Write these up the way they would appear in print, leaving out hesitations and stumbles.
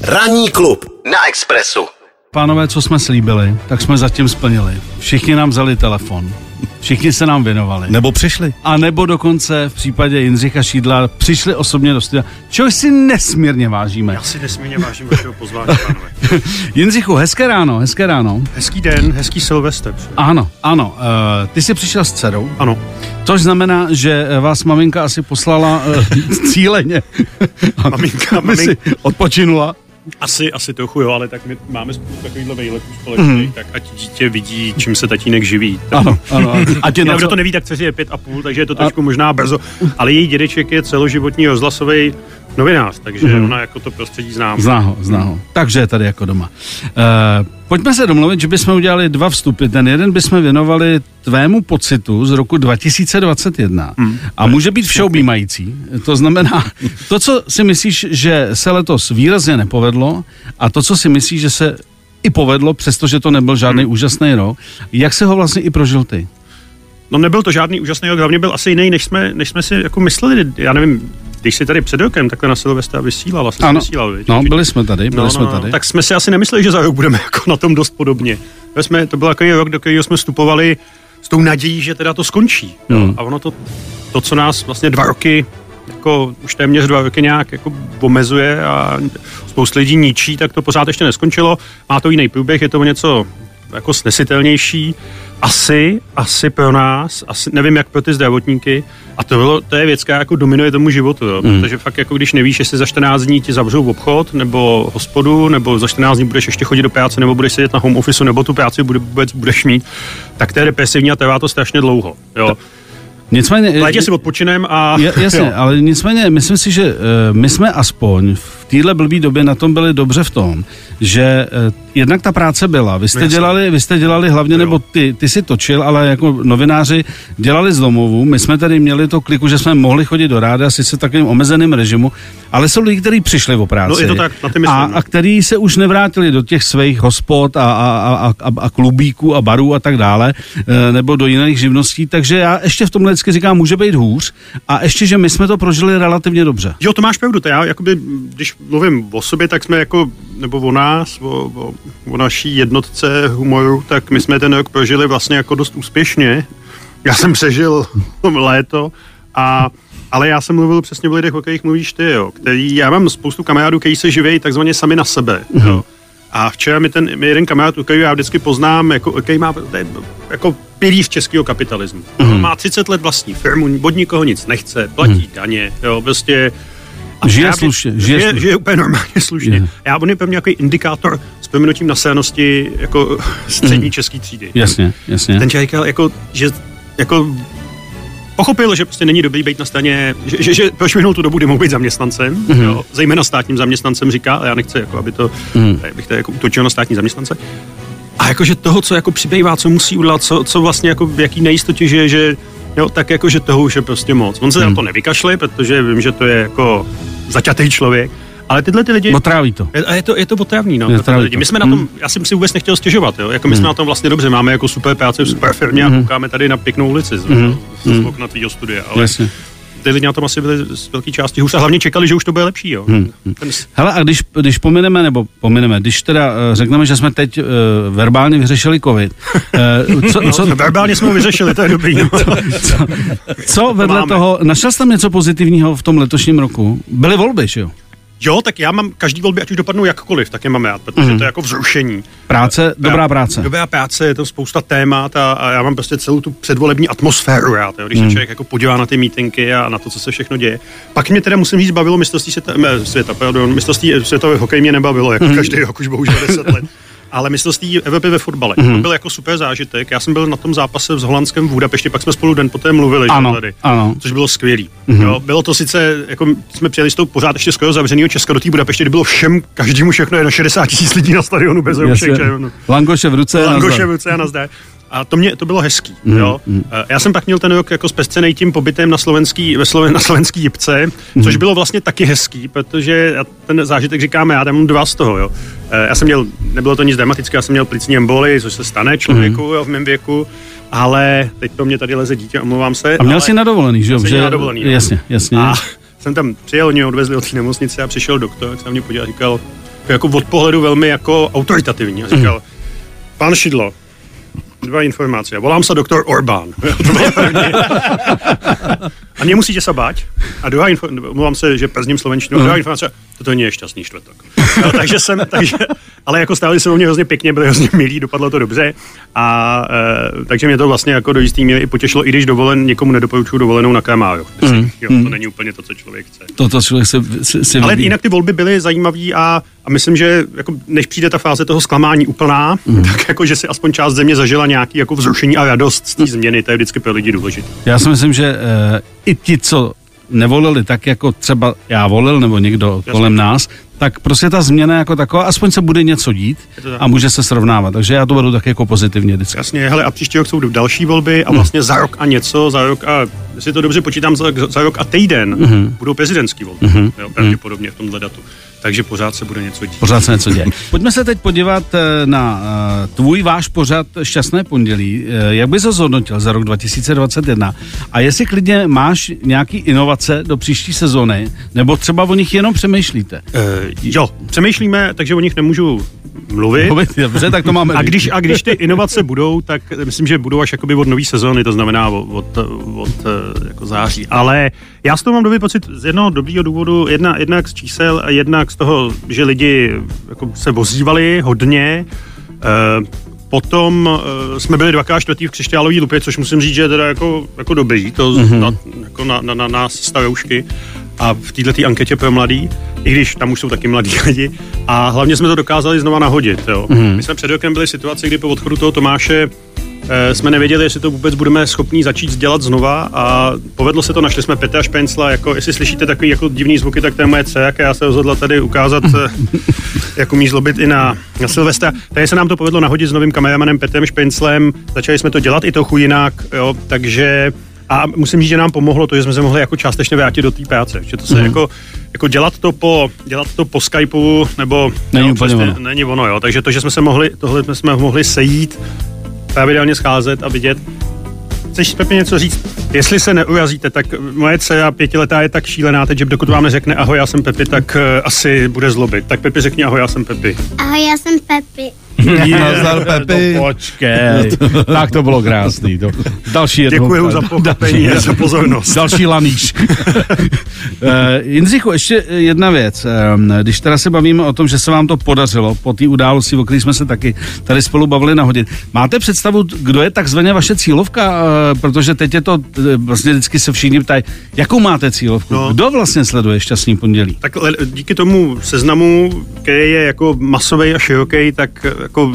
Ranní klub na Expressu. Pánové, co jsme slíbili, tak jsme zatím splnili. Všichni nám vzali telefon. Všichni se nám věnovali. Nebo přišli. A nebo dokonce v případě Jindřicha Šídla přišli osobně do studia, čehož si nesmírně vážíme. Já si nesmírně vážím vašeho pozvání, pánové. Jindřichu, hezké ráno. Hezký den, hezký Silvestr. Ano. Ty jsi přišel s dcerou. Ano. Což znamená, že vás maminka asi poslala cíleně. Maminka si odpočinula. Asi trochu jo, ale tak my máme spoustu takovýchhle vejletů společných, tak ať dítě vidí, čím se tatínek živí. Ano. Kdo to neví, tak dceři je 5,5, takže je to trošku možná brzo. Ale její dědeček je celoživotní rozhlasový novinář, takže ona jako to prostředí zná. Zná ho. Takže je tady jako doma. Pojďme se domluvit, že bychom udělali 2 vstupy. Ten jeden bychom věnovali tvému pocitu z roku 2021 a může být všeobjímající. To znamená, to, co si myslíš, že se letos výrazně nepovedlo a to, co si myslíš, že se i povedlo, přestože to nebyl žádný úžasný rok. Jak se ho vlastně i prožil ty? No nebyl to žádný úžasný rok, hlavně byl asi jiný, než jsme si jako mysleli. Já nevím, když jsi tady před rokem takhle na Silvestra vysílal, byli jsme tady. Tak jsme si asi nemysleli, že za rok budeme jako na tom dost podobně. To byl takový rok, do kterého jsme vstupovali s tou nadějí, že teda to skončí. A ono to, co nás vlastně 2 roky, jako už téměř 2 roky nějak jako omezuje a spoustu lidí ničí, tak to pořád ještě neskončilo. Má to jiný průběh, je to něco jako snesitelnější. Asi pro nás, nevím jak pro ty zdravotníky, a to je věc, která jako dominuje tomu životu, jo, protože fakt jako když nevíš, jestli za 14 dní ti zavřou v obchod, nebo hospodu, nebo za 14 dní budeš ještě chodit do práce, nebo budeš sedět na home office, nebo tu práci budeš mít, tak to je depresivní a trvá to strašně dlouho, jo. Nicméně... Létě si odpočinem a... Jasně, ale nicméně myslím si, že my jsme aspoň v téhle blbý době na tom byli dobře v tom, že jednak ta práce byla. Vy jste dělali hlavně, nebo ty si točil, ale jako novináři dělali z domovů. My jsme tady měli to kliku, že jsme mohli chodit do rádia, sice takovým omezeným režimu, ale jsou lidi, kteří přišli o práci. No je to tak, na ty myslím. A kteří se už nevrátili do těch svých hospod a klubíků a barů a tak dále, nebo do jiných živností, takže já ještě v tomhle vždycky říkám, může být hůř a ještě, že my jsme to prožili relativně dobře. Jo, to máš pravdu, to já jakoby, když mluvím o sobě, tak jsme jako, nebo o nás, o naší jednotce humoru, tak my jsme ten rok prožili vlastně jako dost úspěšně. Já jsem přežil léto, ale já jsem mluvil přesně o lidech, o kterých mluvíš ty, jo, já mám spoustu kamarádů, kteří se živějí takzvaně sami na sebe, jo. A včera mi jeden kamarád, který já vždycky poznám, který má jako pilíř českého kapitalismu. Má 30 let vlastní firmu, od nikoho nic nechce, platí daně, jo, prostě... Žije slušně. Žije úplně normálně slušně. On je pro mě jako indikátor s prominutím nasénosti jako střední české třídy. Jasně. Ten člověk že pochopil, že prostě není dobrý být na straně, že prošvihnul tu dobu, kdy mohl být zaměstnancem, jo, zejména státním zaměstnancem říká, a já nechci, jako, aby to, bych to jako útočil na státní zaměstnance. A jakože toho, co jako přibývá, co musí udělat, co vlastně jako v jaký nejistotě, že jo, tak jakože toho už je prostě moc. On se na to nevykašle, protože vím, že to je jako zaťatý člověk, ale tyhle ty lidi... Otráví to. Je to otravný, no. My jsme na tom, já jsem si vůbec nechtěl stěžovat, jo, jako my jsme na tom vlastně dobře, máme jako super práce v super firmě a koukáme tady na pěknou ulici z okna tvýho studia, ale ty lidi na tom asi byli z velké části hůř a hlavně čekali, že už to bude lepší, jo. Hele, a když pomineme, když teda řekneme, že jsme teď verbálně vyřešili covid. Verbálně jsme ho vyřešili, to je dobrý. No. Co vedle toho, našel jsi tam něco pozitivního v tom letošním roku? Byly volby, že jo? Jo, tak já mám každý volby, ať už dopadnou jakkoliv, tak je mám rád, protože to je jako vzrušení. Dobrá práce. Dobrá práce, je to spousta témat a já mám prostě celou tu předvolební atmosféru rád, jo, když se člověk jako podívá na ty mítinky a na to, co se všechno děje. Pak mě teda musím říct, bavilo mistrovství světové hokej mě nebavilo, jako každý rok už bohužel 10 let. Ale mistrovství Evropy ve fotbale. To byl jako super zážitek. Já jsem byl na tom zápase s Holandskem v Budapešti, pak jsme spolu den poté mluvili, což bylo skvělý. Jo, bylo to sice, jako jsme přijeli s tou pořád ještě skoro zavřenýho Česka do té Budapešti, kde bylo každému všechno je na 60 000 lidí na stadionu bez roušek. Langoše v ruce a nazdar. A to bylo hezký. Jo. Já jsem pak měl ten rok jako zpestřenej tím pobytem na slovenský jipce, což bylo vlastně taky hezký, protože ten zážitek říkáme, já tam mám 2 z toho. Jo. Já jsem měl, nebylo to nic dramatického, já jsem měl plicní embolii, což se stane člověku jo, v mém věku, ale teď to mě tady leze dítě, omlouvám se. A měl jsi na dovolený, že jo? Na dovolený, jasně. A jsem tam přijel, mě odvezli od té nemocnice a přišel doktor, tak se na mě podíval a říkal, jako od pohledu velmi jako autoritativní. A říkal, pán Šidlo, 2 informace. Volám se doktor Orbán. To bylo první. A nemusíte se bát. A druhá informace, mluvám se, že perzním slovenštinu. Druhá informace, toto nie je šťastný čtvrtok. No, ale jako stáli se o mě hrozně pěkně, byli hrozně milí, dopadlo to dobře. A takže mě to vlastně jako do jistý míry i potěšilo, i když někomu nedoporučuju dovolenou na Kamáru. To není úplně to, co člověk chce. To člověk se ale jinak ty volby byly zajímavý a myslím, že jako než přijde ta fáze toho zklamání úplná, tak jako, že si aspoň část země zažila nějaký jako vzrušení a radost z té změny, to je vždycky pro lidi důležité. Já si myslím, že i ti, co nevolili tak, jako třeba já volil, nebo někdo kolem nás, tak prostě ta změna jako taková, aspoň se bude něco dít a může se srovnávat. Takže já to vedu tak jako pozitivně vždycky. Jasně, hele, a příští rok jsou další volby a vlastně za rok a jestli to dobře počítám, za rok a týden budou prezidentský volby, jo, pravděpodobně v tomhle datu. Takže pořád se bude něco dít. Pořád se něco děje. Pojďme se teď podívat na váš pořad Šťastné pondělí. Jak bys ho zhodnotil za rok 2021? A jestli klidně máš nějaký inovace do příští sezóny, nebo třeba o nich jenom přemýšlíte? Jo, přemýšlíme, takže o nich nemůžu mluvit. Dobře, tak to máme. A když ty inovace budou, tak myslím, že budou až jakoby od nový sezóny, to znamená od jako září. Ale já z toho mám dobrý pocit z jednoho dobrýho důvodu, jednak z čísel a jednak z toho, že lidi jako se ozývali hodně. Potom jsme byli 2x4 v křišťálové lupě, což musím říct, že je teda jako dobrý, to jako na nás staroušky a v této anketě pro mladý, i když tam už jsou taky mladí lidi. A hlavně jsme to dokázali znova nahodit. Jo. My jsme před rokem byli v situaci, kdy po odchodu toho Tomáše jsme nevěděli, jestli to vůbec budeme schopní začít dělat znova a povedlo se to, našli jsme Petra Špencla, jako jestli slyšíte takový jako divný zvuky, tak to je moje dcera, já se rozhodla tady ukázat, jak umí zlobit i na Silvestra. Tady se nám to povedlo nahodit s novým kameramanem Petrem Špenclem, začali jsme to dělat i trochu jinak, jo, takže a musím říct, že nám pomohlo to, že jsme se mohli jako částečně vrátit do té práce, že to se jako dělat to po Skypeu nebo není ono, jo, takže to, že jsme jsme mohli sejít, pravidelně scházet a vidět. Chceš, Pepi, něco říct? Jestli se neurazíte, tak moje dcera 5letá je tak šílená teď, že dokud vám neřekne ahoj, já jsem Pepi, tak asi bude zlobit. Tak Pepi, řekni ahoj, já jsem Pepi. Ahoj, já jsem Pepi. Nazdar, Pepi. No, počkej. Tak to bylo krásný. Další jednou. Děkuju za pochopení a za pozornost. Další laníš. Jindřichu, ještě jedna věc. Když teda se bavíme o tom, že se vám to podařilo po té události, o které jsme se taky tady spolu bavili nahodit. Máte představu, kdo je takzvaně vaše cílovka? Protože teď je to, vlastně vždycky se všichni ptají, jakou máte cílovku? No. Kdo vlastně sleduje Šťastný pondělí? Tak díky tomu seznamu, který je jako masový a široký, tak jako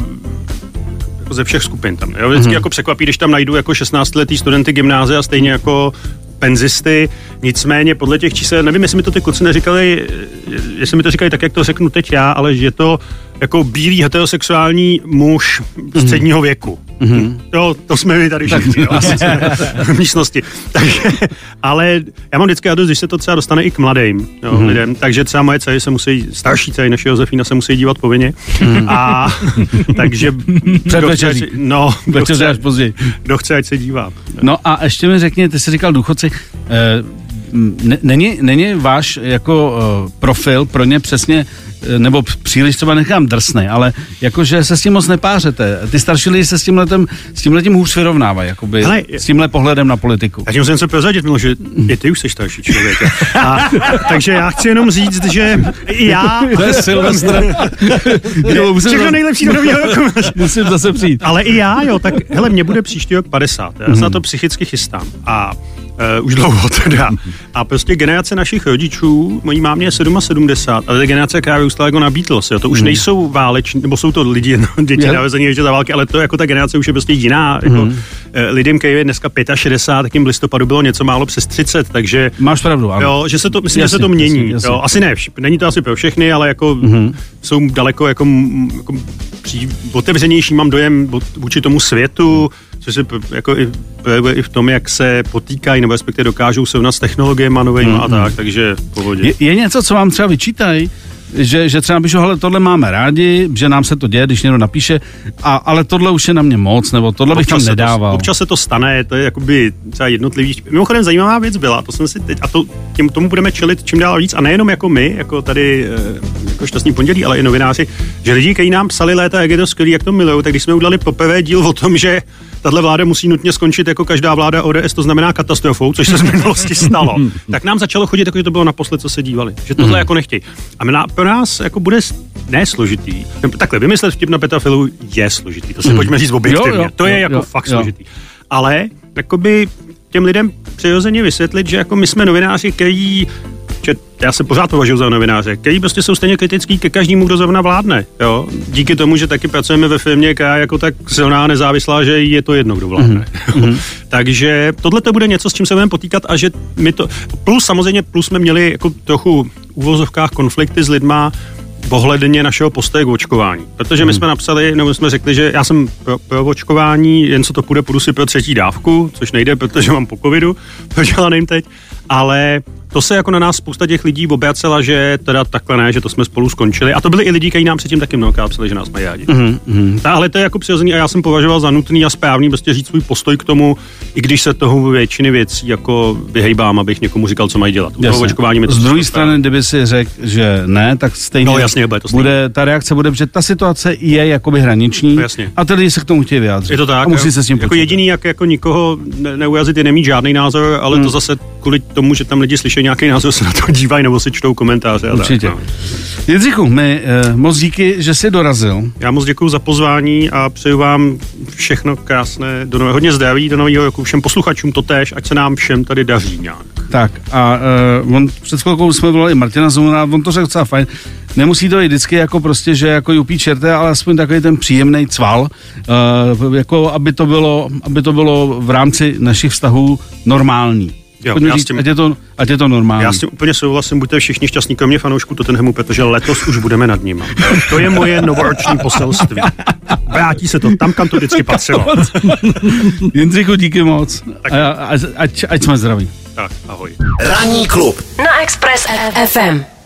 ze všech skupin tam. Jo? Vždycky jako překvapí, když tam najdu jako 16letý studenty gymnázia, stejně jako penzisty, nicméně podle těch čísel, nevím, jestli mi to ty kluci neříkali, jestli mi to říkali tak, jak to řeknu teď já, ale že je to jako bílý heterosexuální muž středního věku. Jo, to jsme my tady všichni, v místnosti. Takže, ale já mám vždycky radost, když se to třeba dostane i k mladým lidem, takže třeba moje dcery se musí, starší dcery naše Josefína se musí dívat povinně. A takže kdo chce, ať se dívá. No a ještě mi řekni, ty jsi říkal důchodci, není váš jako profil pro ně přesně, nebo příliš třeba nechám drsnej, ale jakože se s tím moc nepářete. Ty starší lidi se s tímhletím hůř vyrovnávají, jakoby, s tímhle pohledem na politiku. Já tím jsem se prozradit, že i ty už jsi starší člověk. Takže já chci jenom říct, že já... To je Silvestr. Všechno nejlepší do nového roku. Musím zase přijít. Ale i já, jo, tak hele, mě bude příští rok 50. Já se na to psychicky chystám. A už dlouho teda. A prostě generace našich rodičů, mojí mámě je 77, ale generace, která vyrůstala jako na Beatles, jo, to už nejsou váleční, nebo jsou to lidi, děti navezení ještě za války, ale to jako ta generace už je prostě jiná. Jako, lidem, který je dneska 65, tak jim v listopadu bylo něco málo přes 30, takže... Máš pravdu, ano. Jo, že se to, myslím, jasně, že se to mění. Jasně. Jo, asi ne, není to asi pro všechny, ale jako jsou daleko jako otevřenější, mám dojem vůči tomu světu, což se jako i v tom, jak se potýkají, nebo respektive dokážou srovnat s technologiemi novými a tak, takže v pohodě. Je něco, co vám třeba vyčítají? že třeba píšu, hele, tohle máme rádi, že nám se to děje, když někdo napíše, ale tohle už je na mě moc, nebo tohle bych tam nedával. Občas se to stane, to je jakoby třeba jednotlivý. Mimochodem zajímavá věc byla, to jsem si teď, a tomu budeme čelit čím dál víc, a nejenom jako my, jako tady jako Šťastný pondělí, ale i novináři, že lidi, kteří nám psali léta, jak je to skvělý, jak to milujou, tak když jsme udělali poprvé díl o tom, že tahle vláda musí nutně skončit jako každá vláda ODS, to znamená katastrofou, což se z minulosti stalo, tak nám začalo chodit, jako že to bylo naposled, co se dívali, že tohle jako nechtějí. A pro nás jako bude složitý. Takhle, vymyslet vtip na Petra Fialu je složitý, to si pojďme říct objektivně. To je jako fakt složitý. Ale jakoby těm lidem přirozeně vysvětlit, že jako my jsme novináři, který, já se pořád považuji za novináře, který prostě jsou stejně kritický ke každému, kdo zrovna vládne. Jo? Díky tomu, že taky pracujeme ve firmě, která je jako tak silná, nezávislá, že je to jedno, kdo vládne. Takže tohle to bude něco, s čím se budeme potýkat, a že my to, plus jsme měli jako trochu v uvozovkách konflikty s lidma ohledně našeho postoje k očkování. Protože my jsme napsali, nebo jsme řekli, že já jsem pro očkování, jen co to půjdu si pro 3. dávku, což nejde, protože mám po covidu, prodělaným teď, ale to se jako na nás spousta těch lidí obracela, že teda takhle ne, že to jsme spolu skončili. A to byli i lidi, kteří nám předtím taky mnohokrát psali, že nás mají rádi. Ale to je jako přirozený a já jsem považoval za nutný a správný prostě říct svůj postoj k tomu, i když se toho většiny věcí jako vyhejbám, abych někomu říkal, co mají dělat. Z druhé strany, kdyby si řekl, že ne, tak stejně bude ta reakce bude, že ta situace je jakoby hraniční a ty lidi se k tomu chtějí vyjádřit. Je to tak. A musí se s tím jako jediný, jak jako nikoho neurazit, je nemít žádný názor, ale to zase kvůli tomu, že tam lidi slyší nějaký názor, se na to dívají nebo si čtou komentáře. Určitě. Tak, no. Jindřichu, moc díky, že jsi dorazil. Já moc děkuju za pozvání a přeju vám všechno krásné, hodně zdraví do nového roku, všem posluchačům totéž, ať se nám všem tady daří nějak. Tak a před chvilkou jsme volali Martina Zumana, on to řekl docela fajn. Nemusí to být vždycky jako prostě, že jako jupí čerté, ale aspoň takový ten příjemný cval, jako aby to bylo v rámci našich vztahů normální. Jo, říct, ať je to normální. Já s tím úplně souhlasím, buďte všichni šťastní, kromě fanoušků Tottenhamu, protože letos už budeme nad ním. To je moje novoroční poselství. Vrátí se to tam, kam to vždycky patřilo. Jindřichu, díky moc. Ať jsme zdraví. Tak, ahoj. Ranní klub na Express FM.